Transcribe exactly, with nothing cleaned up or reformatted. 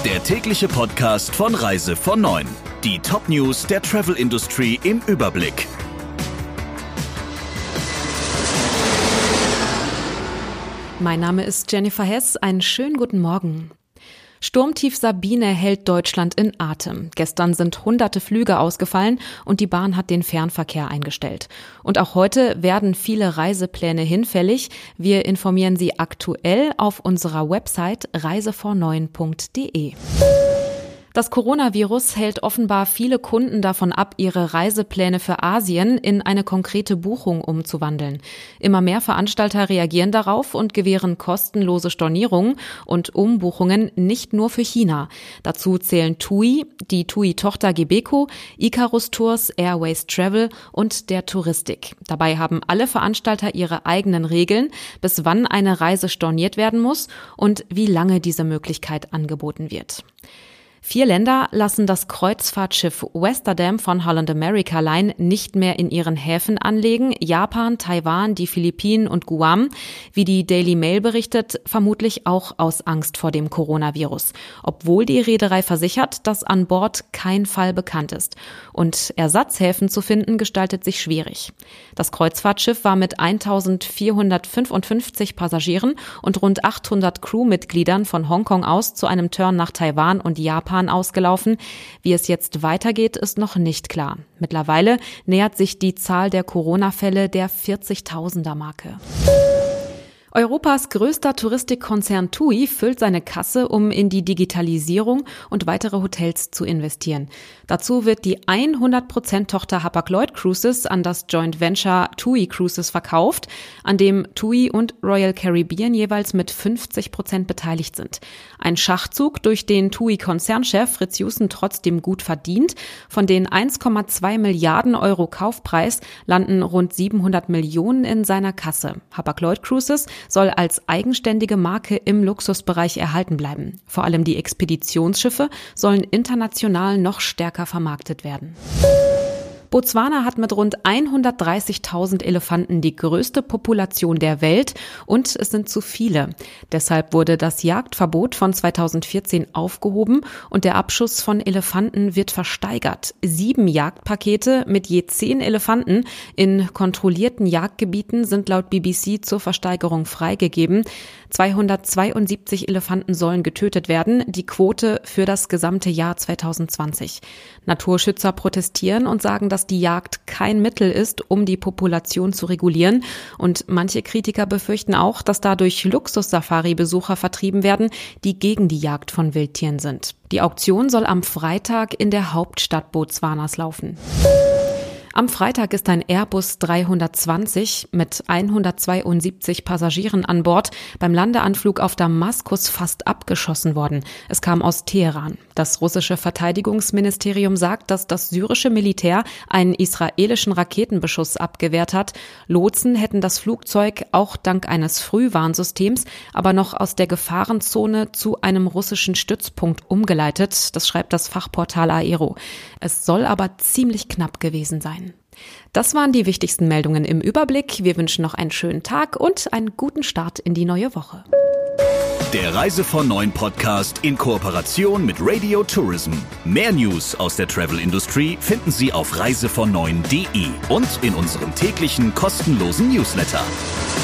Der tägliche Podcast von Reise von neun. Die Top-News der Travel-Industrie im Überblick. Mein Name ist Jennifer Hess. Einen schönen guten Morgen. Sturmtief Sabine hält Deutschland in Atem. Gestern sind hunderte Flüge ausgefallen und die Bahn hat den Fernverkehr eingestellt. Und auch heute werden viele Reisepläne hinfällig. Wir informieren Sie aktuell auf unserer Website reise vor neun punkt de. Das Coronavirus hält offenbar viele Kunden davon ab, ihre Reisepläne für Asien in eine konkrete Buchung umzuwandeln. Immer mehr Veranstalter reagieren darauf und gewähren kostenlose Stornierungen und Umbuchungen nicht nur für China. Dazu zählen TUI, die TUI-Tochter Gebeco, Icarus Tours, Airways Travel und der Touristik. Dabei haben alle Veranstalter ihre eigenen Regeln, bis wann eine Reise storniert werden muss und wie lange diese Möglichkeit angeboten wird. Vier Länder lassen das Kreuzfahrtschiff Westerdam von Holland America Line nicht mehr in ihren Häfen anlegen. Japan, Taiwan, die Philippinen und Guam, wie die Daily Mail berichtet, vermutlich auch aus Angst vor dem Coronavirus. Obwohl die Reederei versichert, dass an Bord kein Fall bekannt ist. Und Ersatzhäfen zu finden, gestaltet sich schwierig. Das Kreuzfahrtschiff war mit eintausendvierhundertfünfundfünfzig Passagieren und rund achthundert Crewmitgliedern von Hongkong aus zu einem Turn nach Taiwan und Japan ausgelaufen. Wie es jetzt weitergeht, ist noch nicht klar. Mittlerweile nähert sich die Zahl der Corona-Fälle der vierzigtausender-Marke. Europas größter Touristikkonzern TUI füllt seine Kasse, um in die Digitalisierung und weitere Hotels zu investieren. Dazu wird die hundert Prozent Tochter Hapag-Lloyd Cruises an das Joint Venture TUI Cruises verkauft, an dem TUI und Royal Caribbean jeweils mit fünfzig Prozent beteiligt sind. Ein Schachzug, durch den TUI-Konzernchef Fritz Joussen trotzdem gut verdient. Von den eins Komma zwei Milliarden Euro Kaufpreis landen rund siebenhundert Millionen in seiner Kasse. Hapag-Lloyd Cruises soll als eigenständige Marke im Luxusbereich erhalten bleiben. Vor allem die Expeditionsschiffe sollen international noch stärker vermarktet werden. Botswana hat mit rund hundertdreißigtausend Elefanten die größte Population der Welt und es sind zu viele. Deshalb wurde das Jagdverbot von zweitausendvierzehn aufgehoben und der Abschuss von Elefanten wird versteigert. Sieben Jagdpakete mit je zehn Elefanten in kontrollierten Jagdgebieten sind laut B B C zur Versteigerung freigegeben. zweihundertzweiundsiebzig Elefanten sollen getötet werden, die Quote für das gesamte Jahr zweitausendzwanzig. Naturschützer protestieren und sagen, dass die Jagd kein Mittel ist, um die Population zu regulieren. Und manche Kritiker befürchten auch, dass dadurch Luxus-Safari-Besucher vertrieben werden, die gegen die Jagd von Wildtieren sind. Die Auktion soll am Freitag in der Hauptstadt Botswanas laufen. Am Freitag ist ein Airbus dreihundertzwanzig mit hundertzweiundsiebzig Passagieren an Bord beim Landeanflug auf Damaskus fast abgeschossen worden. Es kam aus Teheran. Das russische Verteidigungsministerium sagt, dass das syrische Militär einen israelischen Raketenbeschuss abgewehrt hat. Lotsen hätten das Flugzeug auch dank eines Frühwarnsystems aber noch aus der Gefahrenzone zu einem russischen Stützpunkt umgeleitet. Das schreibt das Fachportal Aero. Es soll aber ziemlich knapp gewesen sein. Das waren die wichtigsten Meldungen im Überblick. Wir wünschen noch einen schönen Tag und einen guten Start in die neue Woche. Der Reise von neun Podcast in Kooperation mit Radio Tourism. Mehr News aus der Travel-Industrie finden Sie auf reise von neun punkt de und in unserem täglichen kostenlosen Newsletter.